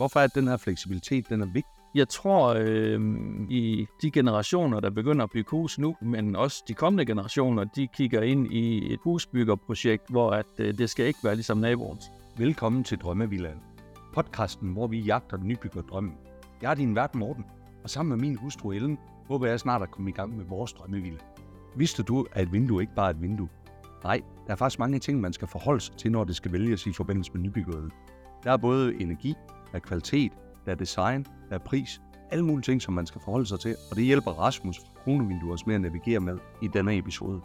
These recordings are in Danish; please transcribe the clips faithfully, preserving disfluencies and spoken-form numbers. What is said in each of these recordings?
Hvorfor er den her fleksibilitet, den er vigtig? Jeg tror, øh, i de generationer, der begynder at bygge hus nu, men også de kommende generationer, de kigger ind i et husbyggerprojekt, hvor at, øh, det skal ikke være ligesom naboens. Velkommen til Drømmevillaen. Podcasten, hvor vi jagter nybyggerdrømmen. Jeg er din vært Morten, og sammen med min hustru Ellen, håber jeg snart at komme i gang med vores drømmevilla. Vidste du, at et vindue ikke bare er et vindue? Nej, der er faktisk mange ting, man skal forholde sig til, når det skal vælges i forbindelse med nybyggeriet. Der er både energi, der er kvalitet, der er design, der er pris, alle mulige ting, som man skal forholde sig til, og det hjælper Rasmus fra Kronevinduer med at navigere med i denne episode.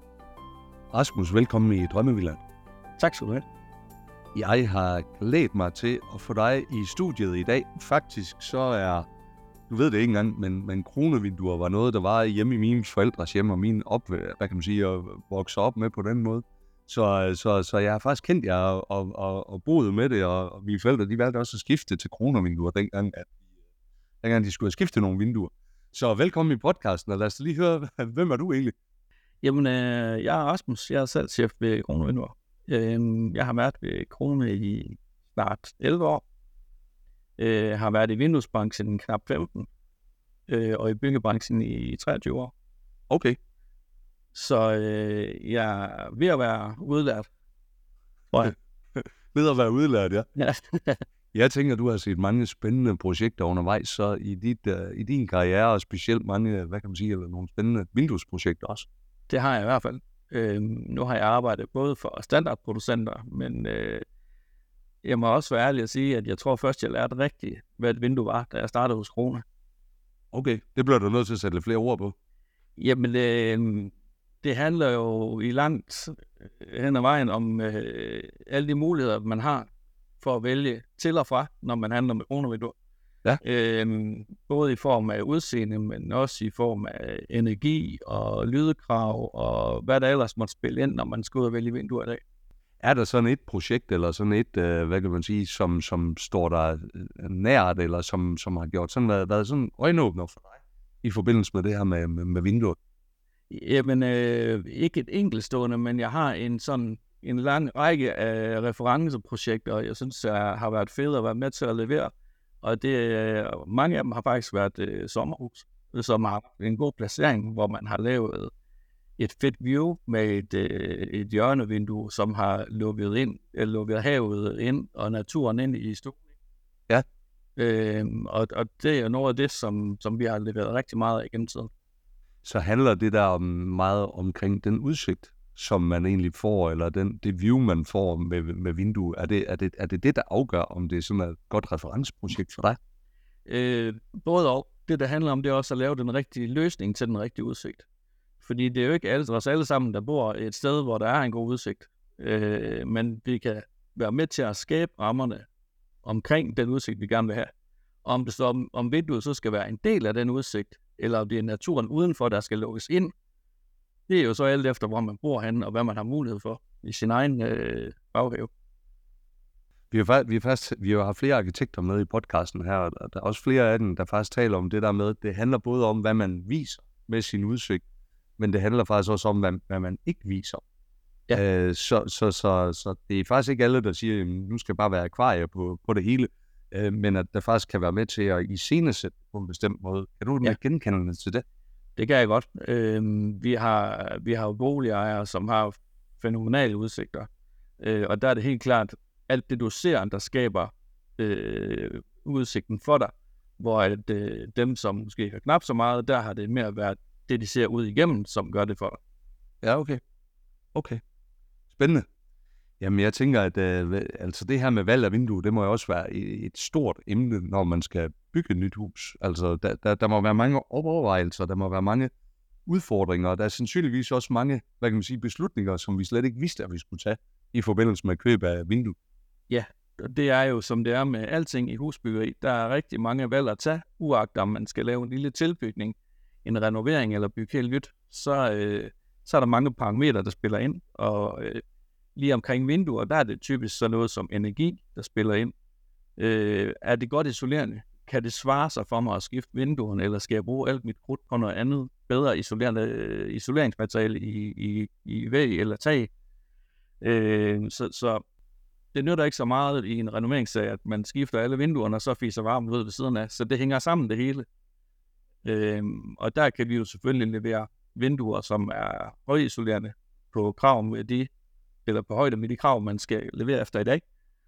Rasmus, velkommen i Drømmevillaen. Tak skal du have. Jeg har glædet mig til at få dig i studiet i dag. Faktisk så er, du ved det ikke engang, men, men Kronevinduer var noget, der var hjemme i mine forældres hjem, og min op, hvad kan man sige, at vokse op med på den måde. Så, så, så jeg har faktisk kendt jer og, og, og, og boet med det, og, og mine forældre, de valgte også at skifte til Kronevinduer, dengang, at, dengang de skulle have skiftet nogle vinduer. Så velkommen i podcasten, og lad os lige høre, hvem er du egentlig? Jamen, øh, jeg er Rasmus, jeg er selv chef ved Kronevinduer. Øh, jeg har været ved Krone i snart elleve år. Jeg øh, har været i vinduesbranchen i knap femten, øh, og i byggebranchen i treogtyve år. Okay. Så øh, jeg er ved at være udlært, tror jeg. Ved at være udlært, ja. Ja. Jeg tænker, du har set mange spændende projekter undervejs, så i, dit, uh, i din karriere, og specielt mange, hvad kan man sige, eller nogle spændende vinduesprojekter også. Det har jeg i hvert fald. Øh, nu har jeg arbejdet både for standardproducenter, men øh, jeg må også være ærlig at sige, at jeg tror først, jeg lærte rigtigt, hvad et vindue var, da jeg startede hos Krone. Okay, det bliver du nødt til at sætte lidt flere ord på. Jamen, øh, det handler jo i langt hen ad vejen om øh, alle de muligheder, man har for at vælge til og fra, når man handler med Kronevinduer. Ja. Øh, både i form af udseende, men også i form af energi og lydkrav og hvad der ellers måtte spille ind, når man skal ud og vælge vinduer i dag. Er der sådan et projekt, eller sådan et, øh, hvad kan man sige, som, som står der nært, eller som, som har gjort sådan, været, været sådan øjenåbner for dig i forbindelse med det her med, med, med vinduer? Jamen, øh, ikke et enkeltstående, men jeg har en sådan en lang række af referenceprojekter, og jeg synes, jeg har været fedt at være med til at levere. Og det, mange af dem har faktisk været øh, sommerhus, som har en god placering, hvor man har lavet et fedt view med et, øh, et hjørnevindue, som har lukket, ind, øh, lukket havet ind og naturen ind i stuen. Ja. Øhm, og, og det er noget af det, som, som vi har leveret rigtig meget af gennem tiden. Så handler det der om meget omkring den udsigt, som man egentlig får, eller den, det view, man får med, med vinduet. Er det, er, det, er det det, der afgør, om det er sådan et godt referenceprojekt for dig? Øh, både og. Det, der handler om, det er også at lave den rigtige løsning til den rigtige udsigt. Fordi det er jo ikke alle, os alle sammen, der bor et sted, hvor der er en god udsigt. Øh, men vi kan være med til at skabe rammerne omkring den udsigt, vi gerne vil have. Og om det så om, om vinduet så skal være en del af den udsigt, eller om det er naturen udenfor, der skal lukkes ind, det er jo så alt efter, hvor man bor henne, og hvad man har mulighed for i sin egen øh, baghave. Vi har, vi, har faktisk, vi har haft flere arkitekter med i podcasten her, og der er også flere af dem, der faktisk taler om det der med, det handler både om, hvad man viser med sin udsigt, men det handler faktisk også om, hvad, hvad man ikke viser. Ja. Øh, så, så, så, så det er faktisk ikke alle, der siger, at nu skal bare være akvarie på, på det hele, øh, men at der faktisk kan være med til at iscenesætte på en bestemt måde. Kan du ja. genkende til det? Det kan jeg godt. Øh, vi har vi har jo boligejere, som har fænomenale udsigter, øh, og der er det helt klart, alt det du ser, der skaber øh, udsigten for dig, hvor at, øh, dem, som måske har knap så meget, der har det mere været det, de ser ud igennem, som gør det for dig. Ja, okay. Okay. Spændende. Jamen, jeg tænker, at øh, altså det her med valg af vindue, det må jo også være et stort emne, når man skal bygge et nyt hus. Altså, der, der, der må være mange overvejelser, der må være mange udfordringer, og der er sandsynligvis også mange, hvad kan man sige, beslutninger, som vi slet ikke vidste, at vi skulle tage i forbindelse med køb af vindue. Ja, det er jo, som det er med alting i husbyggeri. Der er rigtig mange valg at tage, uagtet om man skal lave en lille tilbygning, en renovering eller bygge helt nyt, så, øh, så er der mange parametre, der spiller ind, og øh, lige omkring vinduer, der er det typisk sådan noget som energi, der spiller ind. Øh, er det godt isolerende? Kan det svare sig for mig at skifte vinduerne, eller skal jeg bruge alt mit krudt på noget andet, bedre isolerende, øh, isoleringsmateriale i, i, i væg eller tag? Øh, så, så det nytter ikke så meget i en renoveringssag, at man skifter alle vinduerne, og så fiser varmen ud ved siden af. Så det hænger sammen det hele. Øhm, og der kan vi jo selvfølgelig levere vinduer, som er højisolerende på krav med de, eller på højde med de krav, man skal levere efter i dag.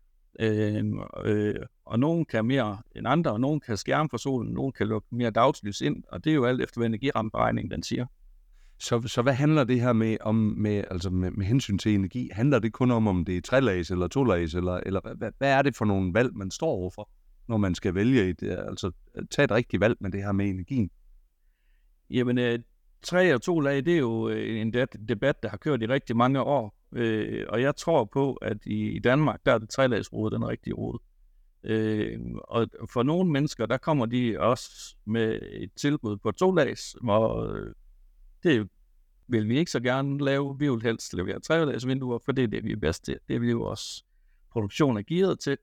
Øhm, øh, og nogen kan mere end andre, og nogen kan skærme for solen, nogen kan lukke mere dagslys ind, og det er jo alt efter, hvad energirammeberegningen den siger. Så, så hvad handler det her med, om med, altså med, med hensyn til energi? Handler det kun om, om det er trelags eller tolags, eller, eller hvad, hvad er det for nogle valg, man står overfor, når man skal vælge et, altså tage et rigtigt valg med det her med energien? Jamen, øh, tre og to lag, det er jo en debat, der har kørt i rigtig mange år, øh, og jeg tror på, at i, i Danmark, der er det trelagsrode den rigtige rode. Øh, og for nogle mennesker, der kommer de også med et tilbud på to lags, og det vil vi ikke så gerne lave. Vi vil helst levere trelagsvinduer, for det er det, vi er bedst til. Det er vi jo også produktion er gearet til.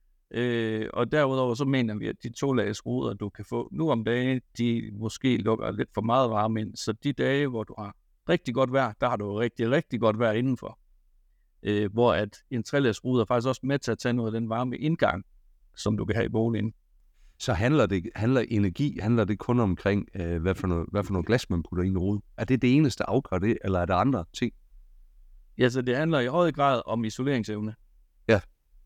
Øh, og derudover så mener vi, at de to-lagsruder, du kan få nu om dagen, de måske lukker lidt for meget varme ind. Så de dage, hvor du har rigtig godt vejr, der har du rigtig, rigtig godt vejr indenfor. Øh, hvor at en tre-lagsrude er faktisk også med til at tage noget af den varme indgang, som du kan have i boligen. Så handler det handler energi, handler det kun omkring, øh, hvad, for noget, hvad for noget glas man putter i en rude? Er det det eneste, der afgør det, eller er der andre ting? Ja, så det handler i høj grad om isoleringsevne. Ja.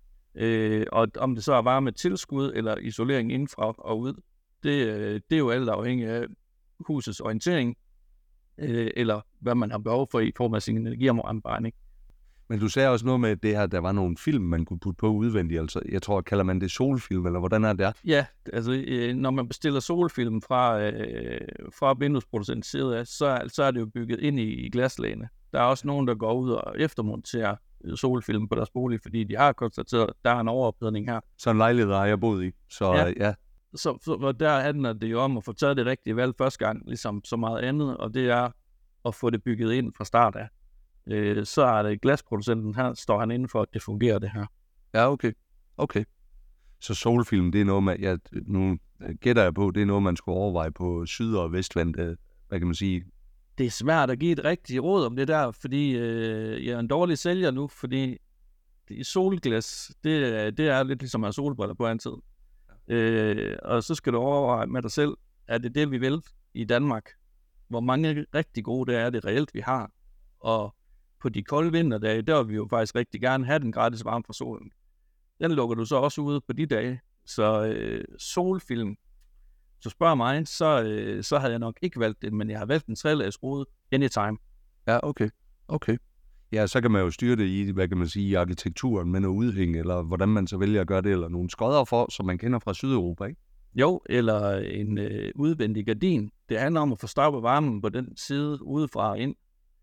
Øh, og om det så er varme tilskud eller isolering indenfra og ud, det, det er jo alt afhængigt af husets orientering, øh, eller hvad man har behov for i form af sin energirammeberegning. Men du sagde også noget med det her, der var nogle film, man kunne putte på udvendigt. Altså, jeg tror, kalder man det solfilm, eller hvordan er det? Ja, altså øh, når man bestiller solfilm fra, øh, fra vinduesproducentens side af, så, så er det jo bygget ind i, i glaslagene. Der er også nogen, der går ud og eftermonterer solfilm på deres bolig, fordi de har konstateret, at der er en overophedning her. Så en lejlighed har jeg boet i, så ja. ja. Så, så der handler det jo om at få taget det rigtige valg første gang, ligesom så meget andet, og det er at få det bygget ind fra start af. Øh, så er det glasproducenten her, står han inden for, at det fungerer det her. Ja, okay. Okay. Så solfilm, det er noget, man, ja, nu gætter jeg på, det er noget, man skulle overveje på syd- og vestvand, hvad kan man sige? Det er svært at give et rigtigt råd om det der, fordi øh, jeg er en dårlig sælger nu, fordi det, solglas, det, det er lidt ligesom at have solbriller på en tid. Ja. Øh, og så skal du overveje med dig selv, er det det, vi vil i Danmark? Hvor mange rigtig gode det er det reelt, vi har? Og på de kolde vinterdage, der vil vi jo faktisk rigtig gerne have den gratis varme fra solen. Den lukker du så også ude på de dage. Så øh, solfilm, så spørger mig, så, øh, så havde jeg nok ikke valgt det, men jeg har valgt en trelagsrude anytime. Ja, okay. Okay. Ja, så kan man jo styre det i, hvad kan man sige, i arkitekturen med noget udhæng, eller hvordan man så vælger at gøre det, eller nogle skodder for, som man kender fra Sydeuropa, ikke? Jo, eller en øh, udvendig gardin. Det handler om at få stoppet varmen på den side udefra og ind.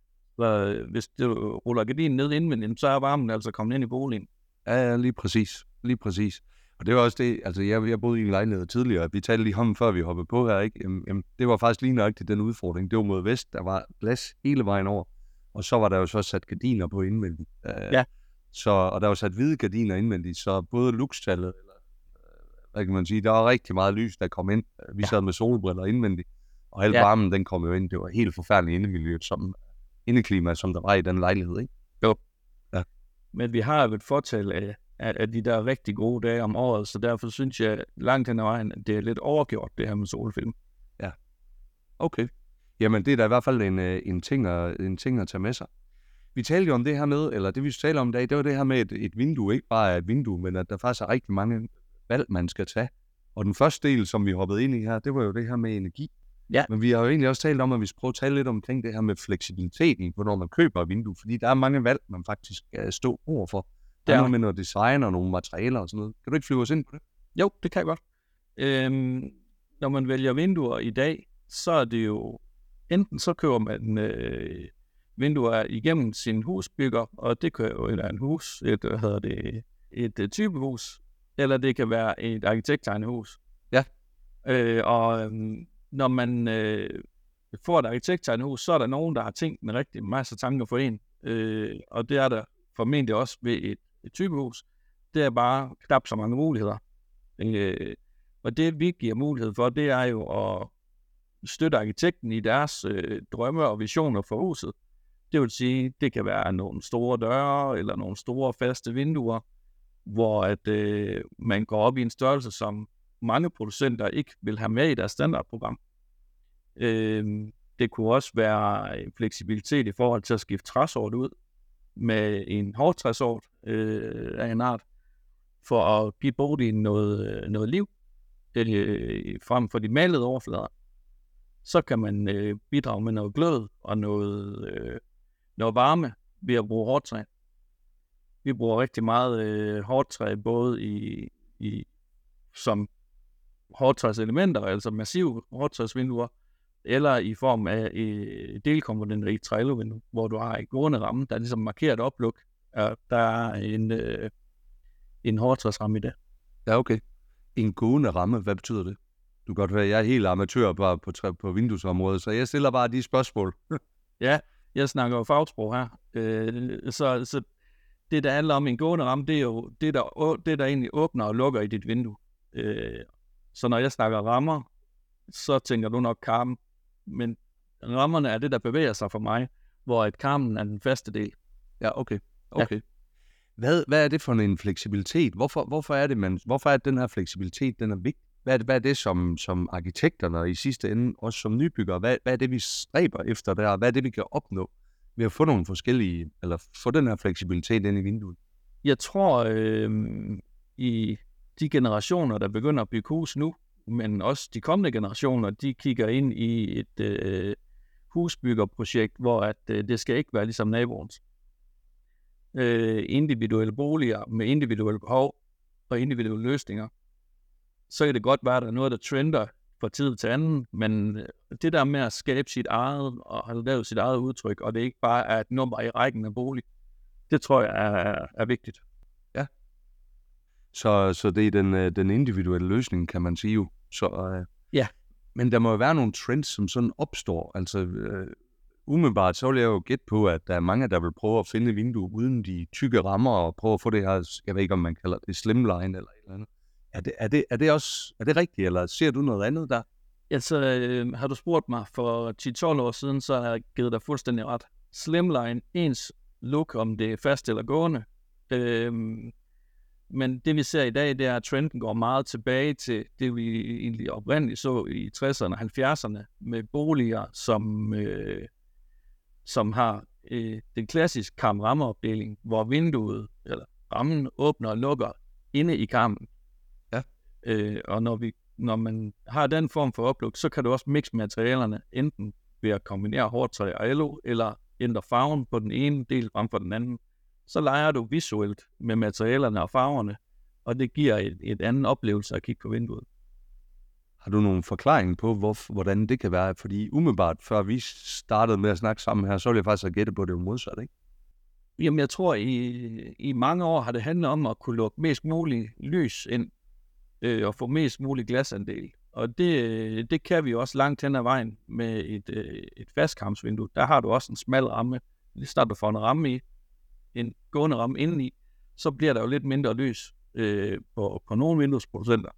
Så, hvis du ruller gardinen ned indvendigt, så er varmen altså kommet ind i boligen. Ja, ja, lige præcis. Lige præcis. Og det var også det, altså jeg, jeg boede i en lejlighed tidligere, vi talte lige om, før vi hoppede på her, ikke? Jamen, jamen, det var faktisk lige nøjagtigt den udfordring. Det var mod vest, der var glas hele vejen over, og så var der jo så sat gardiner på indvendigt. Uh, ja. Så, og der var sat hvide gardiner indvendigt, så både lukstallet, eller hvad kan man sige, der var rigtig meget lys, der kom ind. Vi ja. sad med solbriller indvendigt, og hele ja. varmen, den kom jo ind. Det var helt forfærdeligt indemiljøet, som indeklima, som der var i den lejlighed, ikke? Jo. Ja. Men vi har jo et fortal af, af de der rigtig gode dage om året, så derfor synes jeg langt hen ad vejen, at det er lidt overgjort, det her med solfilm. Ja. Okay. Jamen, det er da i hvert fald en, en, ting, at, en ting at tage med sig. Vi talte jo om det her med, eller det vi talte om i dag, det var det her med et, et vindue, ikke bare et vindue, men at der faktisk er rigtig mange valg, man skal tage. Og den første del, som vi hoppede ind i her, det var jo det her med energi. Ja. Men vi har jo egentlig også talt om, at vi skal prøve at tale lidt omkring det her med fleksibiliteten, hvornår man køber et vindue, fordi der er mange valg, man faktisk skal stå overfor. Der er noget med noget design og nogle materialer og sådan noget. Kan du ikke flyve os ind på det? Jo, det kan jeg godt. Øhm, når man vælger vinduer i dag, så er det jo, enten så køber man øh, vinduer igennem sin husbygger, og det kan jo være en hus, et, hvad hedder det, et, et typehus, eller det kan være et arkitekttegnehus. Ja. Øh, og øhm, når man øh, får et arkitekttegnehus, så er der nogen, der har tænkt en rigtig masse tanker for en, øh, og det er der formentlig også ved et, et typehus. Det er bare knap så mange muligheder. Øh, og det vi giver mulighed for, det er jo at støtte arkitekten i deres øh, drømme og visioner for huset. Det vil sige, det kan være nogle store døre, eller nogle store faste vinduer, hvor at, øh, man går op i en størrelse, som mange producenter ikke vil have med i deres standardprogram. Øh, det kunne også være en fleksibilitet i forhold til at skifte træsort ud med en hårdtræsort øh, af en art, for at give boligen noget, noget liv øh, frem for de malede overflader. Så kan man øh, bidrage med noget glød og noget, øh, noget varme ved at bruge hårdtræ. Vi bruger rigtig meget øh, hårdtræ, både i, i, som hårdtræselementer, altså massive hårdtræsvinduer, eller i form af øh, delkomponenter i trailervindue, hvor du har en gående ramme, der ligesom markerer et opluk. Ja, der er en, øh, en hårdtræsramme i det. Ja, okay. En gående ramme, hvad betyder det? Du kan godt høre, jeg er helt amatør på, på, på vinduesområdet, så jeg stiller bare de spørgsmål. Ja, jeg snakker jo fagsprog her. Øh, så, så det, der handler om en gående ramme, det er jo det, der, det, der egentlig åbner og lukker i dit vindue. Øh, så når jeg snakker rammer, så tænker du nok karmen. Men rammerne er det, der bevæger sig for mig, hvor et karmen er den faste del. Ja, okay. okay. Ja. Hvad, hvad er det for en fleksibilitet? Hvorfor, hvorfor er det, man, hvorfor er den her fleksibilitet, den er vigtig? Hvad er det, hvad er det som, som arkitekterne i sidste ende, også som nybyggere, hvad, hvad er det, vi stræber efter der? Hvad er det, vi kan opnå ved at få nogle forskellige, eller få den her fleksibilitet ind i vinduet? Jeg tror, øh, i de generationer, der begynder at bygge hus nu, men også de kommende generationer, de kigger ind i et øh, husbyggerprojekt, hvor at, øh, det skal ikke være ligesom naboens. Øh, individuelle boliger med individuelle behov og individuelle løsninger. Så kan det godt være, at der er noget, der trender fra tid til anden, men det der med at skabe sit eget og have lavet sit eget udtryk, og det ikke bare er et nummer i rækken af bolig, det tror jeg er, er vigtigt. Ja. Så, så det er den, den individuelle løsning, kan man sige jo. Så, uh... ja. Men der må jo være nogle trends, som sådan opstår. Altså uh, umiddelbart, så vil jeg jo gætte på, at der er mange, der vil prøve at finde vinduer uden de tykke rammer, og prøve at få det her, jeg ved ikke, om man kalder det slimline eller et eller andet. Er det, er, det, er det også er det rigtigt, eller ser du noget andet der? Altså, øh, har du spurgt mig for ti til tolv år siden, så har jeg givet dig fuldstændig ret. Slimline, ens look, om det er fast eller gående. Øh, men det vi ser i dag, det er, at trenden går meget tilbage til det, vi egentlig oprindeligt så i tresserne og halvfjerdserne, med boliger, som, øh, som har øh, den klassiske karm-rammeopdeling, hvor vinduet eller rammen åbner og lukker inde i karmen. Øh, og når, vi, når man har den form for opluk, så kan du også mixe materialerne, enten ved at kombinere hårdtræ og elo, eller ændre farven på den ene del frem for den anden. Så leger du visuelt med materialerne og farverne, og det giver et, et anden oplevelse at kigge på vinduet. Har du nogen forklaring på, hvor, hvordan det kan være? Fordi umiddelbart, før vi startede med at snakke sammen her, så ville jeg faktisk have gættet på, det modsat, ikke? Jamen, jeg tror, i, i mange år har det handlet om at kunne lukke mest muligt lys ind, og få mest mulig glasandel. Og det, det kan vi også langt hen ad vejen med et, et fastkarmsvindue. Der har du også en smal ramme. Lige snart du får en ramme i, en gående ramme indeni, så bliver der jo lidt mindre lys øh, på, på nogle vinduesproducenter.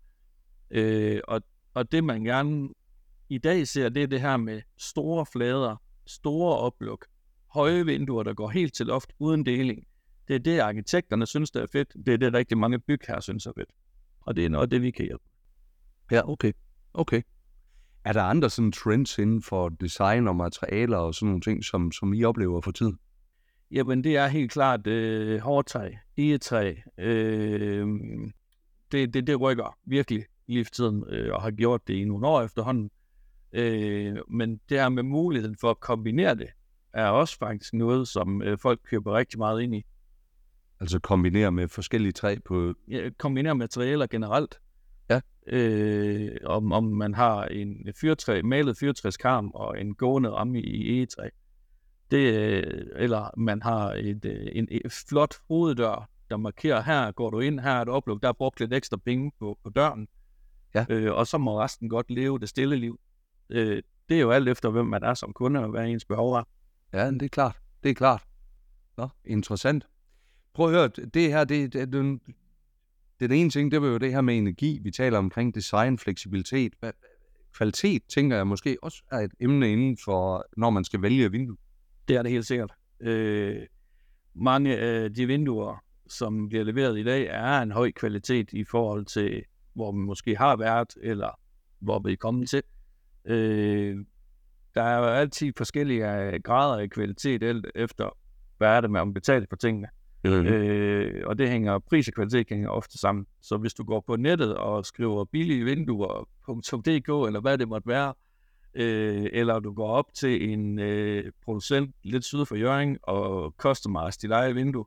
Øh, og, og det man gerne i dag ser, det er det her med store flader, store opluk, høje vinduer, der går helt til loft uden deling. Det er det, arkitekterne synes, der er fedt. Det er det, rigtig mange bygherrer synes er fedt. Og det er noget af det, vi kan hjælpe. Ja, okay. okay. Er der andre sådan trends inden for design og materialer og sådan nogle ting, som, som I oplever for tiden? Jamen, det er helt klart øh, hårdtræ, egetræ. Øh, det, det, det rykker virkelig lige for tiden, øh, og har gjort det i nogle år efterhånden. Øh, men det her med muligheden for at kombinere det, er også faktisk noget, som øh, folk køber rigtig meget ind i. Altså kombinere med forskellige træ på... Ja, kombinere materialer generelt. Ja. Øh, om, om man har en fyrtræ, malet fyrtræskarm og en gående ramme i egetræ. Det, eller man har et, en, en flot hoveddør, der markerer, her går du ind, her er et opluk, der er brugt lidt ekstra penge på, på døren. Ja. Øh, og så må resten godt leve det stille liv. Øh, det er jo alt efter, hvem man er som kunde, og hvad ens behov er. Ja, det er klart. Det er klart. Nå, interessant. Prøv at høre, det her, det, det, det, det, det ene ting, det var jo det her med energi. Vi taler omkring design, fleksibilitet. Kvalitet, tænker jeg måske også er et emne inden for, når man skal vælge vindue. Det er det helt sikkert. Øh, mange af de vinduer, som bliver leveret i dag, er en høj kvalitet i forhold til, hvor man måske har været, eller hvor vi er kommet til. Øh, der er jo altid forskellige grader af kvalitet, alt efter hvad er det, man betaler for tingene. Mm-hmm. Øh, og det hænger, pris og kvalitet hænger ofte sammen. Så hvis du går på nettet og skriver billige vinduer punktum d k, eller hvad det måtte være, øh, eller du går op til en øh, producent lidt syd for Hjørring og customize dit eget vindue,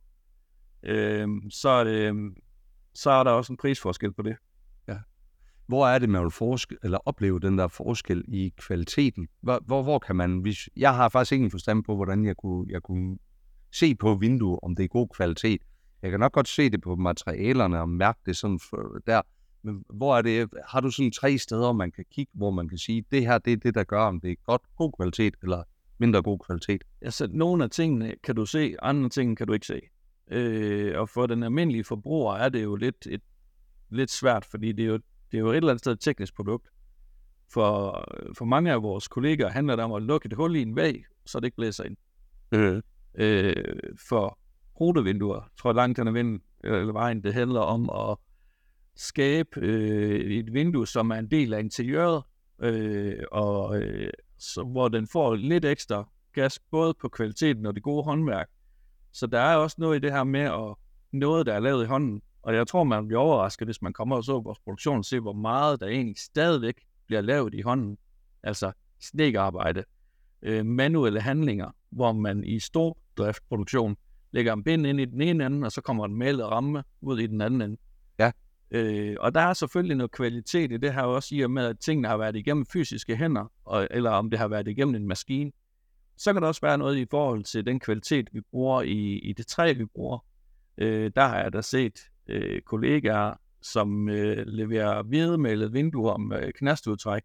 øh, så, er det, så er der også en prisforskel på det. Ja. Hvor er det, man vil forske, eller opleve den der forskel i kvaliteten? Hvor, hvor, hvor kan man, hvis, jeg har faktisk ingen forstand på, hvordan jeg kunne, jeg kunne se på vinduer, om det er god kvalitet. Jeg kan nok godt se det på materialerne og mærke det sådan for, der. Men hvor er det, har du sådan tre steder, man kan kigge, hvor man kan sige, det her, det er det, der gør, om det er godt, god kvalitet eller mindre god kvalitet? Altså, nogle af tingene kan du se, andre ting kan du ikke se. Øh, og for den almindelige forbruger er det jo lidt, et, lidt svært, fordi det er, jo, det er jo et eller andet sted et teknisk produkt. For, for mange af vores kolleger handler det om at lukke et hul i en væg, så det ikke blæser ind. Øh. Øh, for rutevinduer, tror jeg langt hen ad vind, eller vejen, det handler om at skabe øh, et vindue, som er en del af interiøret, øh, og øh, så, hvor den får lidt ekstra gas, både på kvaliteten og det gode håndværk. Så der er også noget i det her med at noget, der er lavet i hånden, og jeg tror, man bliver overrasket, hvis man kommer og så vores produktion og ser, hvor meget der egentlig stadigvæk bliver lavet i hånden. Altså snedkerarbejde, øh, manuelle handlinger, hvor man i stor driftproduktion lægger en bind ind i den ene ende, og så kommer en malet ramme ud i den anden ende. Ja. Øh, og der er selvfølgelig noget kvalitet i det her også, i og med, at tingene har været igennem fysiske hænder, og, eller om det har været igennem en maskine. Så kan der også være noget i forhold til den kvalitet, vi bruger i, i det træ, vi bruger. Øh, der har jeg da set øh, kollegaer, som øh, leverer hvidemalet vinduer med knastudtræk.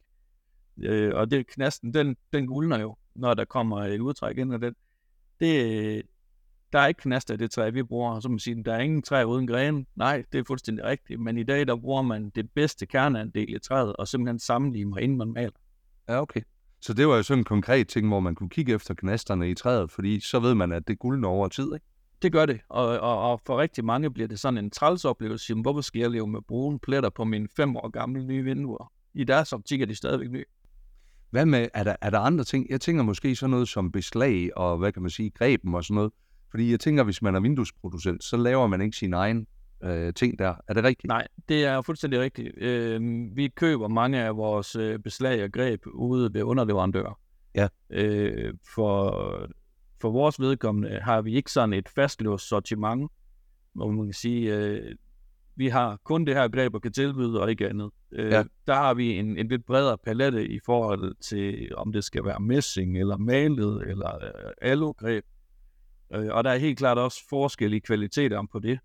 Øh, og det knasten, den, den gulner jo, når der kommer et udtræk ind af den. Det, der er ikke knaster i det træ, vi bruger. Så man siger, der er ingen træ uden grene. Nej, det er fuldstændig rigtigt. Men i dag, der bruger man det bedste kerneandel i træet, og simpelthen sammenligner, inden man maler. Ja, okay. Så det var jo sådan en konkret ting, hvor man kunne kigge efter knasterne i træet, fordi så ved man, at det guldner over tid, ikke? Det gør det, og, og, og for rigtig mange bliver det sådan en trælsoplevelse. Hvorfor skal jeg leve med brune pletter på mine fem år gamle nye vinduer? I deres optik er de stadigvæk nye. Hvad med, er der, er der andre ting? Jeg tænker måske sådan noget som beslag og, hvad kan man sige, greben og sådan noget. Fordi jeg tænker, hvis man er vinduesproducent, så laver man ikke sin egen øh, ting der. Er det rigtigt? Nej, det er fuldstændig rigtigt. Øh, vi køber mange af vores øh, beslag og greb ude ved underleverandører. Ja. Øh, for, for vores vedkommende har vi ikke sådan et fastlåst sortiment, hvor man kan sige, øh, vi har kun det her greb og kan tilbyde og ikke andet. Øh, ja. Der har vi en, en lidt bredere palette i forhold til, om det skal være messing eller malet eller øh, alu-greb. Øh, og der er helt klart også forskellige kvaliteter på det.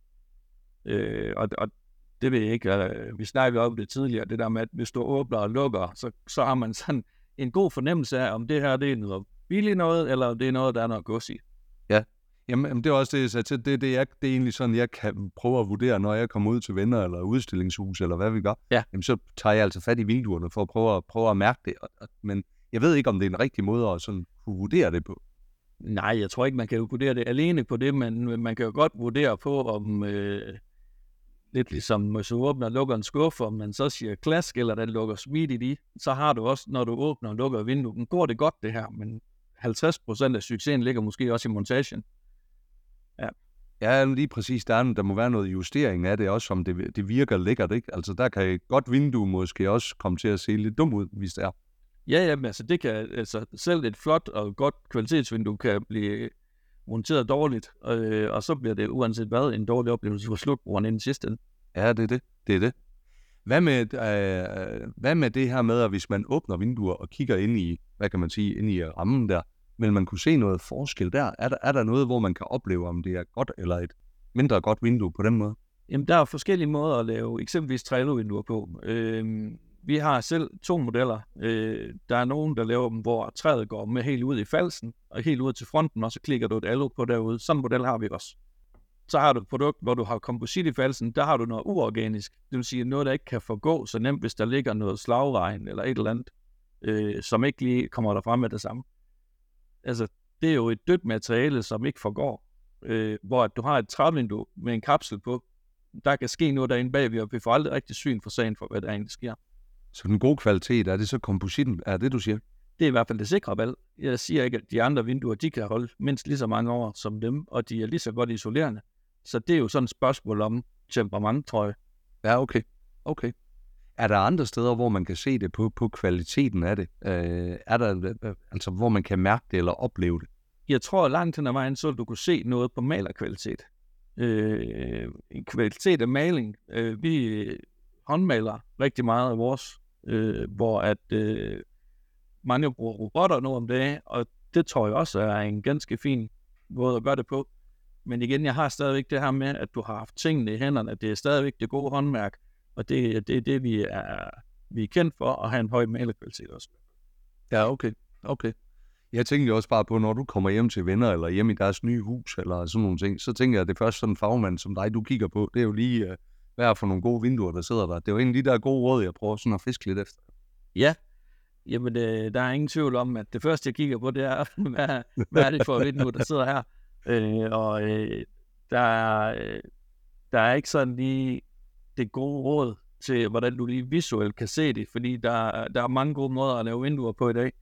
Øh, og, og det ved jeg ikke, øh, vi snakkede om det tidligere, det der med, at hvis du åbner og lukker, så, så har man sådan en god fornemmelse af, om det her det er noget billigt noget, eller om det er noget, der er noget gods i. Ja, jamen det er også det, jeg sagde til. Det, det, er, det er egentlig sådan, jeg kan prøve at vurdere, når jeg kommer ud til venner eller udstillingshus, eller hvad vi gør. Ja. Jamen så tager jeg altså fat i vinduerne for at prøve at, prøve at mærke det. Men jeg ved ikke, om det er en rigtig måde at sådan kunne vurdere det på. Nej, jeg tror ikke, man kan jo vurdere det alene på det, men man kan jo godt vurdere på, om øh, lidt ligesom, hvis du åbner og lukker en skuffe, om man så siger klask, eller den lukker smidigt i, så har du også, når du åbner og lukker vinduet, går det godt det her, men halvtreds procent af succesen ligger måske også i montagen. Ja. Ja, lige præcis. Der, er, der må være noget justering af det også, om det, det virker lækkert, ikke? Altså der kan et godt vindue måske også komme til at se lidt dumt ud, hvis det er. Ja, jamen, altså det kan, altså selv et flot og godt kvalitetsvindue kan blive monteret dårligt, øh, og så bliver det uanset hvad en dårlig oplevelse for slutbrugeren inden sidste ende. Ja, det er det. Det er det. Hvad med, øh, hvad med det her med, at hvis man åbner vinduer og kigger ind i, hvad kan man sige, ind i rammen der, men man kunne se noget forskel der? Er der, er der noget, hvor man kan opleve, om det er godt eller et mindre godt vindue på den måde? Jamen, der er forskellige måder at lave eksempelvis trailervinduer på. Øh, Vi har selv to modeller. Øh, der er nogen, der laver dem, hvor træet går med helt ud i falsen, og helt ud til fronten, og så klikker du et alu på derude. Sådan en model har vi også. Så har du et produkt, hvor du har komposit i falsen, der har du noget uorganisk. Det vil sige noget, der ikke kan forgå så nemt, hvis der ligger noget slagregn eller et eller andet, øh, som ikke lige kommer derfra med det samme. Altså, det er jo et dødt materiale, som ikke forgår. øh, hvor at du har et trævindue med en kapsel på. Der kan ske noget derinde bagved, og vi får aldrig rigtig syn for sagen for, hvad der egentlig sker. Så den gode kvalitet, er det så kompositten? Er det, du siger? Det er i hvert fald det sikre valg. Jeg siger ikke, at de andre vinduer, de kan holde mindst lige så mange år som dem, og de er lige så godt isolerende. Så det er jo sådan et spørgsmål om temperament, tror jeg. Ja, okay. Okay. Er der andre steder, hvor man kan se det på, på kvaliteten af det? Øh, er der, altså, hvor man kan mærke det eller opleve det? Jeg tror, langt hen ad vejen, så du kunne se noget på malerkvalitet. Øh, en kvalitet af maling. Øh, vi håndmaler rigtig meget af vores, øh, hvor at øh, mange bruger robotter nu om dagen, og det tror jeg også er en ganske fin måde at gøre det på. Men igen, jeg har stadigvæk det her med, at du har haft tingene i hænderne, at det er stadigvæk det gode håndværk, og det er det, det, vi er, vi er kendt for, at have en høj malerkvalitet også. Ja, okay. Okay. Jeg tænker også bare på, når du kommer hjem til venner, eller hjem i deres nye hus, eller sådan nogle ting, så tænker jeg, at det første sådan en fagmand som dig, du kigger på, det er jo lige, uh, hvad er for nogle gode vinduer, der sidder der. Det er jo en af de der gode råd, jeg prøver sådan at fiske lidt efter. Ja, jamen det, der er ingen tvivl om, at det første, jeg kigger på, det er, hvad, hvad er det for vinduer, der sidder her. Øh, og øh, der, er, øh, der er ikke sådan lige det gode råd til, hvordan du lige visuelt kan se det, fordi der, der er mange gode måder at lave vinduer på i dag.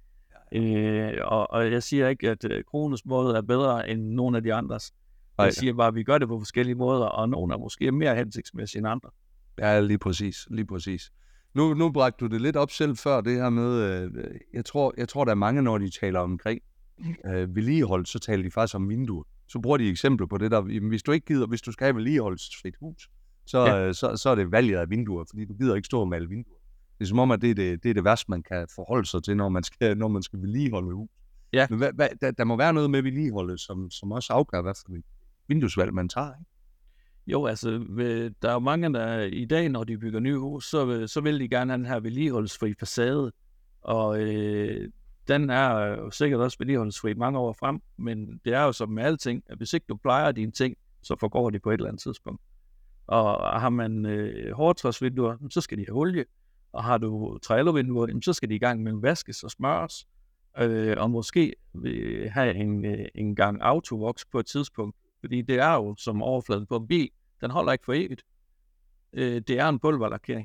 Øh, og, og jeg siger ikke, at øh, Kronos måde er bedre end nogle af de andres. Jeg Nej. siger bare, at vi gør det på forskellige måder, og nogle er måske mere hensigtsmæssige end andre. Ja, lige præcis. Lige præcis. Nu, nu bragte du det lidt op selv før, det her med, øh, jeg, tror, jeg tror, der er mange, når de taler omkring øh, vedligehold, så taler de faktisk om vinduer. Så bruger de eksempler på det der, jamen, hvis du ikke gider, hvis du skal have vedligeholdsfrit hus, så, Ja. øh, så, så er det valget af vinduer, fordi du gider ikke stå og male vinduer. Det er som om, at det er det, det, er det værste, man kan forholde sig til, når man skal, når man skal vedligeholde hus. Ja. Men hvad, hvad, der, der må være noget med vedligeholdet, som, som også afgør, hvad for et vinduesvalg man tager, ikke? Jo, altså, ved, der er jo mange, der i dag, når de bygger nye hus, så, vil- så vil de gerne have den her vedligeholdsfri facade. Og øh, den er jo sikkert også vedligeholdsfri mange år frem, men det er jo som med alting, at hvis ikke du plejer dine ting, så forgår de på et eller andet tidspunkt. Og har man øh, hårdtræsvinduer, så skal de have olie. Og har du trælervinduer, så skal de i gang med vaskes og smøres. Øh, og måske vil have en, øh, en gang autovox på et tidspunkt. Fordi det er jo som overfladen på en bil. Den holder ikke for evigt. Øh, det er en pulverlakering.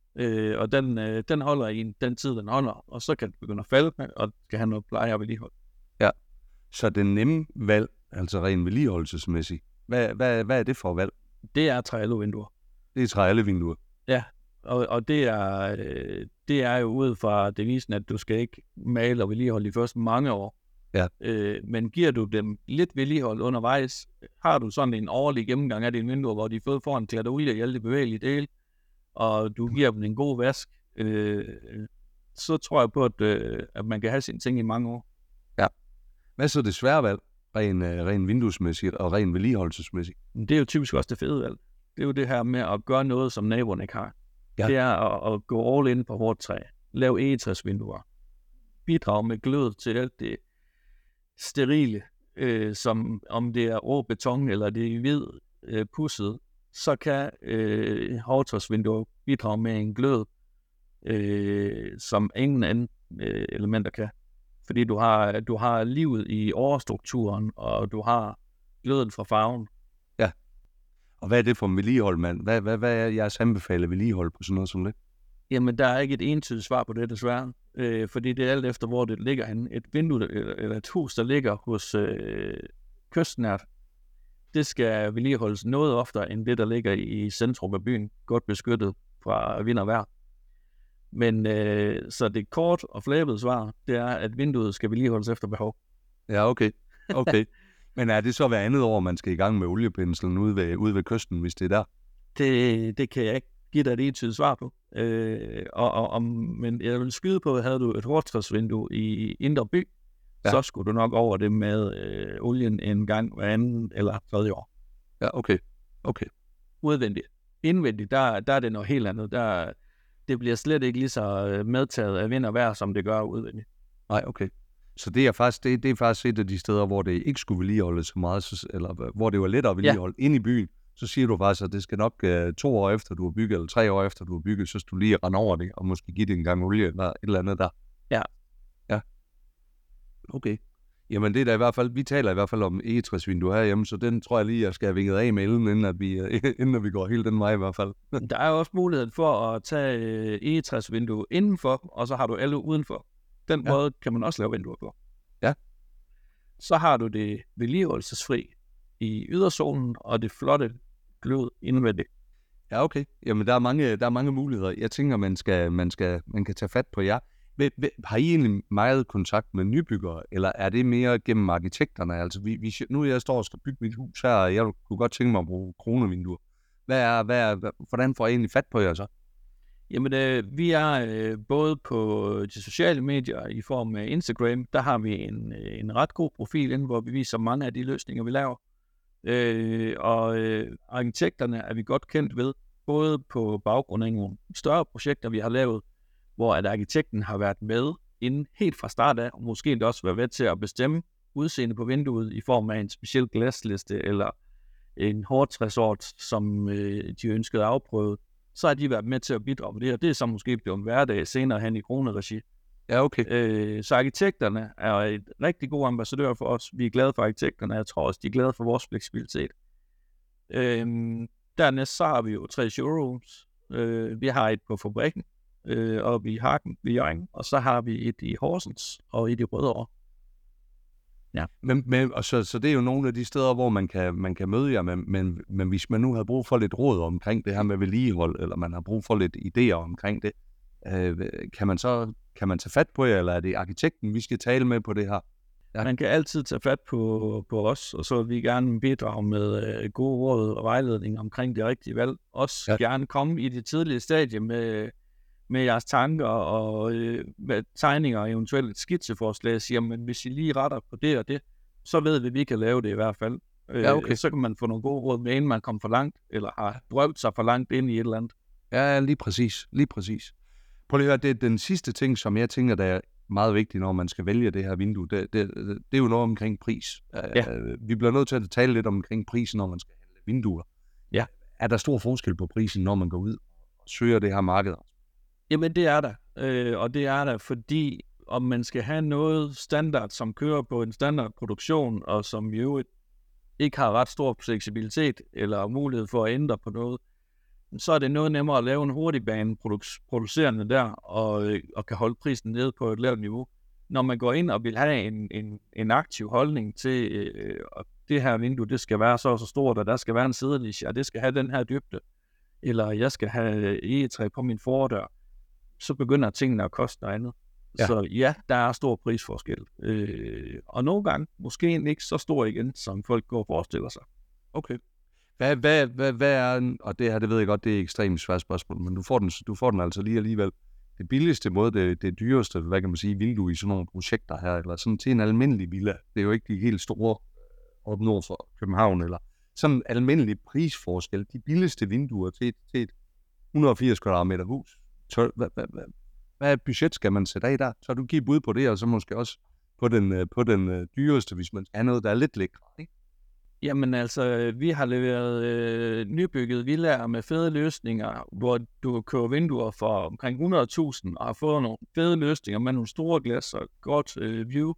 Øh, og den, øh, den holder i den tid, den holder. Og så kan den begynde at falde, og skal have noget pleje og vedligehold. Ja. Så det nemme valg, altså rent vedligeholdelsesmæssigt, hvad, hvad, hvad er det for valg? Det er trælervinduer. Det er træallevinduer. Ja, og, og det, er, øh, det er jo ud fra devisen, at du skal ikke male og vedligeholde de første mange år. Ja. Øh, men giver du dem lidt vedligehold undervejs, har du sådan en årlig gennemgang af dine vinduer, hvor de får får en klat olie i alle de bevægelige dele, og du giver dem en god vask, øh, så tror jeg på, at, øh, at man kan have sine ting i mange år. Hvad så det svære valg, rent ren vinduesmæssigt og rent vedligeholdelsesmæssigt? Men det er jo typisk også det fede valg. Det er jo det her med at gøre noget, som naboerne ikke har. Ja. Det er at, at gå all in på hårdt træ. Lav egetræsvinduer. Bidrag med glød til alt det sterile, øh, som om det er rå beton eller det er hvid øh, pudset, så kan øh, hårdtræsvinduer bidrage med en glød, øh, som ingen anden øh, elementer kan. Fordi du har, du har livet i overstrukturen, og du har gløden fra farven. Og hvad er det for vedligehold, mand? Hvad, hvad, hvad er jeres anbefalede vedligehold på sådan noget som det? Jamen, der er ikke et entydigt svar på det, desværre. Øh, fordi det er alt efter, hvor det ligger henne. Et vindue eller, eller et hus, der ligger hos øh, kystnært, det skal vedligeholdes noget oftere, end det, der ligger i centrum af byen, godt beskyttet fra vind og vejr. Men øh, så det kort og flabede svar, det er, at vinduet skal vedligeholdes efter behov. Ja, okay. Okay. Men er det så hver andet år, man skal i gang med oliepenslen ude ved, ude ved kysten, hvis det er der? Det, det kan jeg ikke give dig et entydigt svar på. Øh, og, og, og, men jeg vil skyde på, at havde du et hårdtræsvindue i indre by, Ja. ja. så skulle du nok over det med øh, olien en gang hver anden eller tredje år. Ja, okay. Okay. Udvendigt. Indvendigt, der, der er det noget helt andet. Der, det bliver slet ikke lige så øh, medtaget af vind og vejr, som det gør udvendigt. Nej, okay. Så det er faktisk, det, det er faktisk et af de steder, hvor det ikke skulle vedligeholdes så meget, så, eller hvor det var lettere at vedligeholde ja. Inde i byen. Så siger du faktisk, at det skal nok uh, to år efter, du har bygget, eller tre år efter, du har bygget, så skal du lige rende over det, og måske give det en gang olie, eller et eller andet der. Ja. Ja. Okay. Jamen det er da i hvert fald, vi taler i hvert fald om egetræsvinduer herhjemme, så den tror jeg lige, jeg skal have vinget af med Ellen, inden at vi, inden at vi går hele den vej i hvert fald. Der er jo også mulighed for at tage øh, egetræsvindue indenfor, og så har du alle udenfor. Den Ja. måde kan man også lave vinduer på. Ja. Så har du det vedligeholdelsesfri i yderzonen, og det flotte glød indvendigt. Ja, okay. Jamen der er mange, der er mange muligheder. Jeg tænker, man skal, man skal, man kan tage fat på jer. Vil- vil- Har I egentlig meget kontakt med nybyggere, eller er det mere gennem arkitekterne? Altså, vi, vi, nu jeg står og skal bygge mit hus her, og jeg kunne godt tænke mig at bruge kronevinduer. Hvad er, hvad er, hvad, hvordan får jeg egentlig fat på jer så? Jamen, øh, vi er øh, både på de sociale medier i form af Instagram, der har vi en, øh, en ret god profil inde, hvor vi viser mange af de løsninger, vi laver. Øh, og øh, arkitekterne er vi godt kendt ved, både på baggrund af nogle større projekter, vi har lavet, hvor at arkitekten har været med inden helt fra start af, og måske endda også været med til at bestemme udseende på vinduet i form af en speciel glasliste eller en hårdtræsort, som øh, de ønskede afprøvet. Så har de været med til at bidrage med det, og det er så måske blevet en hverdag senere hen i kroneregi. Ja, okay. Øh, så arkitekterne er et rigtig god ambassadør for os. Vi er glade for arkitekterne, og jeg tror også, de er glade for vores fleksibilitet. Øh, dernæst så har vi jo tre showrooms. Øh, vi har et på fabrikken, øh, oppe i Hagen, ved Hjørring, og så har vi et i Horsens og et i Rødovre. Ja. Men, men, og så, så det er jo nogle af de steder, hvor man kan, man kan møde jer, men, men, men hvis man nu har brug for lidt råd omkring det her med vedligehold, eller man har brug for lidt idéer omkring det, øh, kan man så kan man tage fat på jer, eller er det arkitekten, vi skal tale med på det her? Ja. Man kan altid tage fat på, på os, og så vil vi gerne bidrage med øh, gode råd og vejledning omkring det rigtige valg. Også ja. Gerne komme i det tidlige stadie med, med jeres tanker og øh, med tegninger og eventuelt et skitseforslag, og siger, men hvis I lige retter på det og det, så ved vi, at vi kan lave det i hvert fald. Øh, ja, okay. Så kan man få nogle gode råd med, inden man kommer for langt, eller har drømt sig for langt ind i et eller andet. Ja, lige præcis. Lige præcis. Prøv lige at høre, det er den sidste ting, som jeg tænker, der er meget vigtigt, når man skal vælge det her vindue. Det, det, det er jo noget omkring pris. Ja. Uh, vi bliver nødt til at tale lidt omkring prisen, når man skal handle vinduer. Ja. Er der stor forskel på prisen, når man går ud og søger det her marked? Jamen det er der, øh, og det er der, fordi om man skal have noget standard, som kører på en standardproduktion, og som i øvrigt ikke har ret stor fleksibilitet, eller mulighed for at ændre på noget, så er det noget nemmere at lave en hurtigbane produc- producerende der, og, og kan holde prisen nede på et lavt niveau. Når man går ind og vil have en, en, en aktiv holdning til, øh, at det her vindue, det skal være så så stort, og der skal være en sidelish, og det skal have den her dybde, eller jeg skal have egetræ på min fordør, så begynder tingene at koste noget andet. Ja. Så ja, der er stor prisforskel. Øh, og nogle gange måske ikke så stor igen, som folk går og forestiller sig. Okay. Hvad, hvad, hvad, hvad er, og det her, det ved jeg godt, det er et ekstremt svært spørgsmål, men du får den, du får den altså lige alligevel. Det billigste måde, det, det dyreste, hvad kan man sige, vindue i sådan nogle projekter her, eller sådan til en almindelig villa. Det er jo ikke de helt store op nord for København, eller sådan en almindelig prisforskel. De billigste vinduer til et, til et et hundrede og firs kvadratmeter hus. Så, hvad, hvad, hvad, hvad er budget skal man sætte af der? Så du giver bud på det, og så måske også på den, på den dyreste, hvis man skal have noget, der er lidt lækre, ikke? Jamen altså, vi har leveret øh, nybyggede villaer med fede løsninger, hvor du kan købe vinduer for omkring hundrede tusind og har fået nogle fede løsninger med nogle store glas og godt øh, view.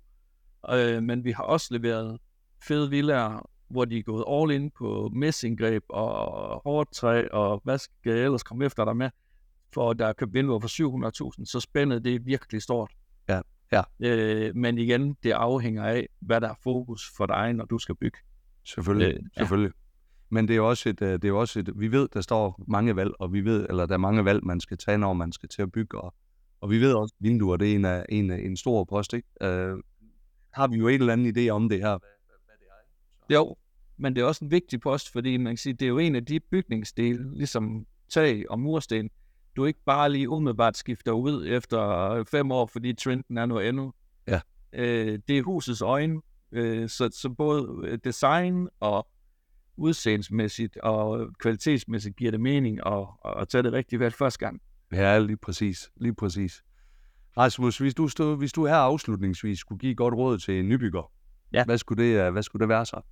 Øh, men vi har også leveret fede villaer, hvor de er gået all in på messinggreb og hårdt træ, og hvad skal jeg ellers komme efter dig med, for der er købt vinduer for syv hundrede tusind, så spændet det er virkelig stort. Ja, ja. Øh, men igen, det afhænger af, hvad der er fokus for dig, når du skal bygge. Selvfølgelig, øh, ja. selvfølgelig. Men det er jo også et, det er også et, vi ved, der står mange valg, og vi ved, eller der er mange valg, man skal tage, når man skal til at bygge, og, og vi ved også, at vinduer, det er en, af, en, en stor post, ikke? Øh, har vi jo en eller anden idé om det her, hvad, hvad det er? Så. Jo, men det er også en vigtig post, fordi man kan sige, det er jo en af de bygningsdele, ligesom tag og mursten, du ikke bare lige umiddelbart skifter ud efter fem år, fordi trenden er noget endnu. Ja. Øh, det er husets øjne, øh, så, så både design og udseendsmæssigt og kvalitetsmæssigt giver det mening at, at tage det rigtigt valg første gang. Ja, lige præcis. Lige præcis. Rasmus, hvis du, stod, hvis du her afslutningsvis skulle give godt råd til en nybygger, ja. hvad, skulle det, hvad skulle det være så?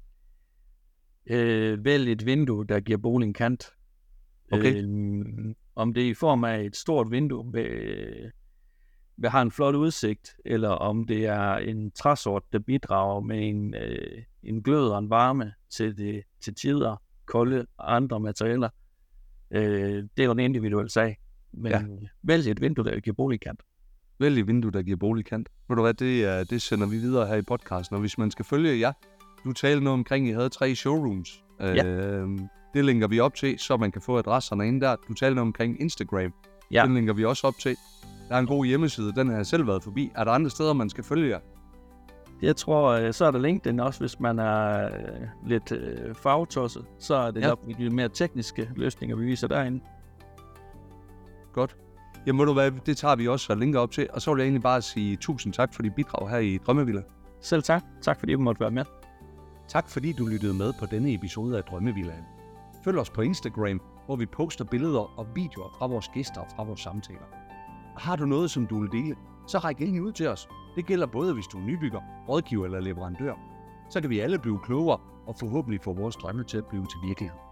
Øh, vælg et vindue, der giver boligen kant. Okay. Øh, om det er i form af et stort vindue med, vi har en flot udsigt, eller om det er en træsort, der bidrager med en, øh, en glød og en varme til, det, til tider, kolde og andre materialer. Øh, det er jo en individuel sag. Men ja. Vælg et vindue, der giver boligkant. Vælg et vindue, der giver boligkant. Ved du hvad, det, det sender vi videre her i podcasten, og hvis man skal følge jer, du talte noget omkring, at I havde tre showrooms. Ja. Øh, det linker vi op til, så man kan få adresserne inde der. Du talte noget omkring Instagram. Ja. Den linker vi også op til. Der er en god hjemmeside, den har jeg selv været forbi. Er der andre steder, man skal følge jer? Jeg tror, så er der LinkedIn også, hvis man er lidt fagtosset. Så er det ja. nok de mere tekniske løsninger, vi viser derinde. Godt. Jamen, ved du hvad, det tager vi også og linker op til. Og så vil jeg egentlig bare sige tusind tak for dit bidrag her i Drømmevilla. Selv tak. Tak fordi du måtte være med. Tak fordi du lyttede med på denne episode af Drømmevillaen. Følg os på Instagram, hvor vi poster billeder og videoer fra vores gæster og fra vores samtaler. Og har du noget, som du vil dele, så ræk endelig ud til os. Det gælder både, hvis du er nybygger, rådgiver eller leverandør. Så kan vi alle blive klogere og forhåbentlig få vores drømme til at blive til virkelighed.